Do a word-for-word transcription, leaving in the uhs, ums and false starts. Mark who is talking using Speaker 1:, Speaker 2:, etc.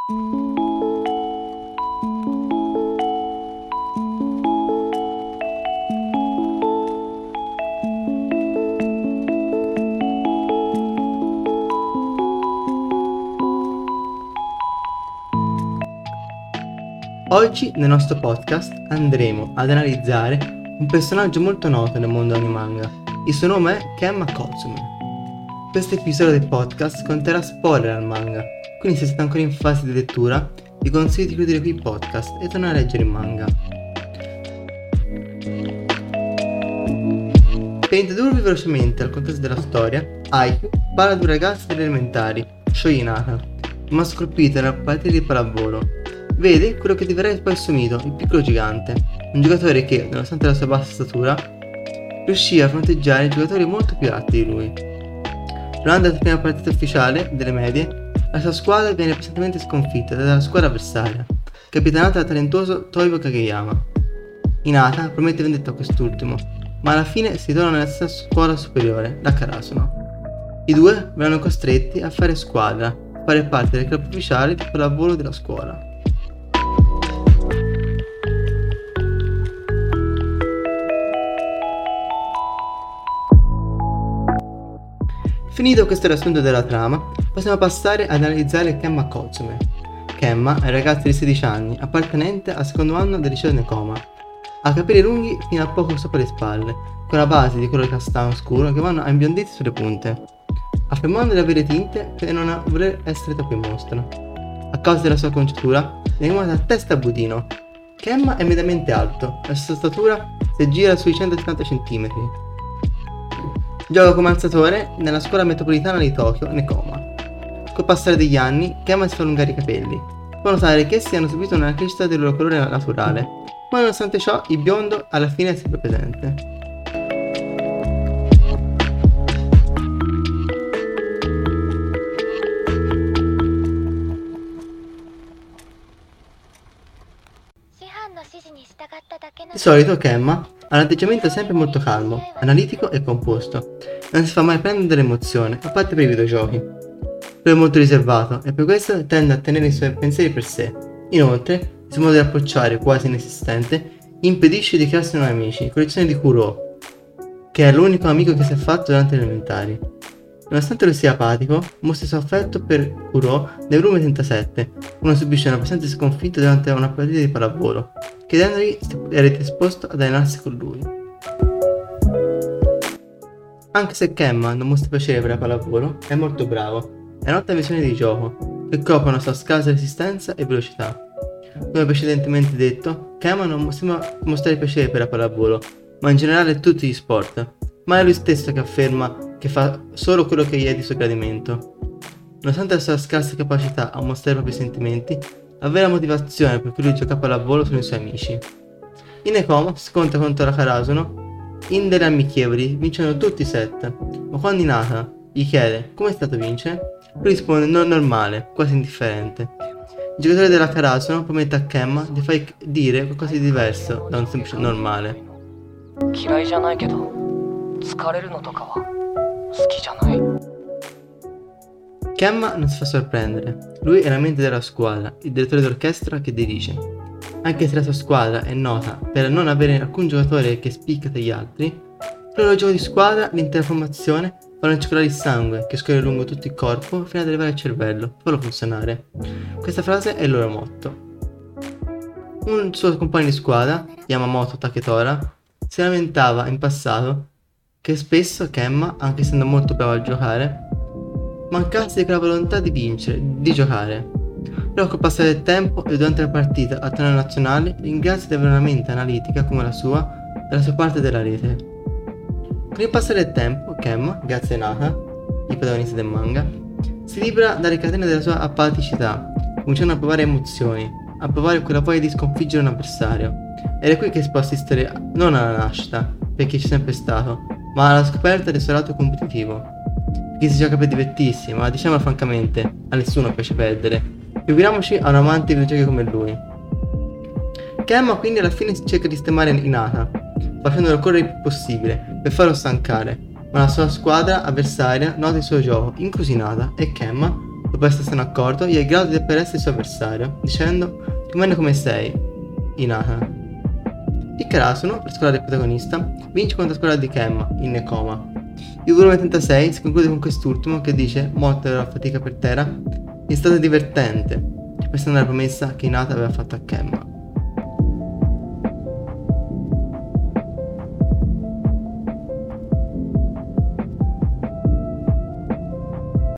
Speaker 1: Oggi nel nostro podcast andremo ad analizzare un personaggio molto noto nel mondo anime. Il suo nome è Kenma Kotsumi. Questo episodio del podcast conterrà spoiler al manga, quindi se siete ancora in fase di lettura vi consiglio di chiudere qui il podcast e tornare a leggere il manga. Per introdurvi velocemente al contesto della storia, Haikyuu parla di un ragazzo delle elementari, Sho Hinata, ma scolpito nella partita di pallavolo. Vede quello che diverrà poi il suo mito, il piccolo gigante, un giocatore che, nonostante la sua bassa statura, riuscì a fronteggiare giocatori molto più alti di lui. Durante la prima partita ufficiale delle medie, la sua squadra viene pesantemente sconfitta dalla squadra avversaria, capitanata dal talentuoso Toivo Kageyama. Hinata promette vendetta a quest'ultimo, ma alla fine si trovano nella stessa scuola superiore, la Karasuno. I due verranno costretti a fare squadra, a fare parte del club ufficiale di pallavolo della scuola. Finito questo riassunto della trama, possiamo passare ad analizzare Kenma Kotsumi. Kenma è un ragazzo di sedici anni, appartenente al secondo anno del liceo di Nekoma. Ha capelli lunghi fino a poco sopra le spalle, con la base di colore castano scuro che vanno a imbionditi sulle punte, affermando di avere tinte per non voler essere troppo in mostra. A causa della sua conciatura, viene chiamata a testa a budino. Kenma è mediamente alto, la sua statura si aggira sui centosettanta centimetri. Gioca come alzatore nella scuola metropolitana di Tokyo, Nekoma. Col passare degli anni, Kenma si fa allungare i capelli. Può notare che essi hanno subito una crescita del loro colore naturale, ma nonostante ciò il biondo alla fine è sempre presente. Di solito Kenma ha un atteggiamento sempre molto calmo, analitico e composto. Non si fa mai prendere dell'emozione, a parte per i videogiochi. Lui è molto riservato e per questo tende a tenere i suoi pensieri per sé. Inoltre, il suo modo di approcciare, quasi inesistente, impedisce di crearsi nuovi amici, con l'eccezione di Kuro, che è l'unico amico che si è fatto durante le elementari. Nonostante lui sia apatico, mostra il suo affetto per Kuro nel volume trentasette, uno subisce una pesante sconfitta durante una partita di pallavolo, chiedendogli se era disposto ad allenarsi con lui. Anche se Kenma non mostra piacere per la pallavolo, è molto bravo, è un'ottima visione di gioco, che copre una sua scarsa resistenza e velocità. Come precedentemente detto, Kenma non sembra mostrare piacere per la pallavolo, ma in generale tutti gli sport, ma è lui stesso che afferma che fa solo quello che gli è di suo gradimento. Nonostante la sua scarsa capacità a mostrare i propri sentimenti, la vera motivazione per cui lui gioca a pallavolo sono i suoi amici. In Nekoma si scontra contro la Karasuno in delle amichevoli, vincendo tutti i set, ma quando Hinata gli chiede come è stato vincere, lui risponde non normale, quasi indifferente. Il giocatore della Karasuno promette a Kenma di far dire qualcosa di diverso da un semplice normale. Kenma non si fa sorprendere, lui è la mente della squadra, il direttore d'orchestra che dirige. Anche se la sua squadra è nota per non avere alcun giocatore che spicca tra gli altri, per il loro gioco di squadra l'intera formazione fanno circolare il sangue che scorre lungo tutto il corpo fino ad arrivare al cervello, per farlo funzionare. Questa frase è il loro motto. Un suo compagno di squadra, Yamamoto Taketora, si lamentava in passato che spesso Kenma, anche essendo molto bravo a giocare, mancasse di quella volontà di vincere, di giocare. Però col passare del tempo e durante la partita a torneo nazionale ringrazia di avere una mente analitica come la sua dalla sua parte della rete. Con il passare del tempo, Kenma, grazie a Hinata, il protagonista del manga, si libera dalle catene della sua apaticità, cominciando a provare emozioni, a provare quella voglia di sconfiggere un avversario. Ed è qui che si può assistere non alla nascita, perché c'è sempre stato, ma alla scoperta del suo lato competitivo. Perché si gioca per divertirsi, ma diciamolo francamente, a nessuno piace perdere. Figuriamoci a un amante di videogiochi come lui. Kenma quindi alla fine cerca di sistemare Hinata, facendolo correre il più possibile per farlo stancare, ma la sua squadra avversaria nota il suo gioco, incluso Hinata, e Kenma Dopo essersene accorto, gli è grado di per essere il suo avversario, dicendo: rimane come sei, Hinata. Il Karasuno, per scolare il protagonista, vince contro la squadra di Kemma, in Nekoma. Il volume trentasei si conclude con quest'ultimo che dice, morto dalla fatica per terra, è stata divertente, ripensando alla promessa che Hinata aveva fatto a Kemma.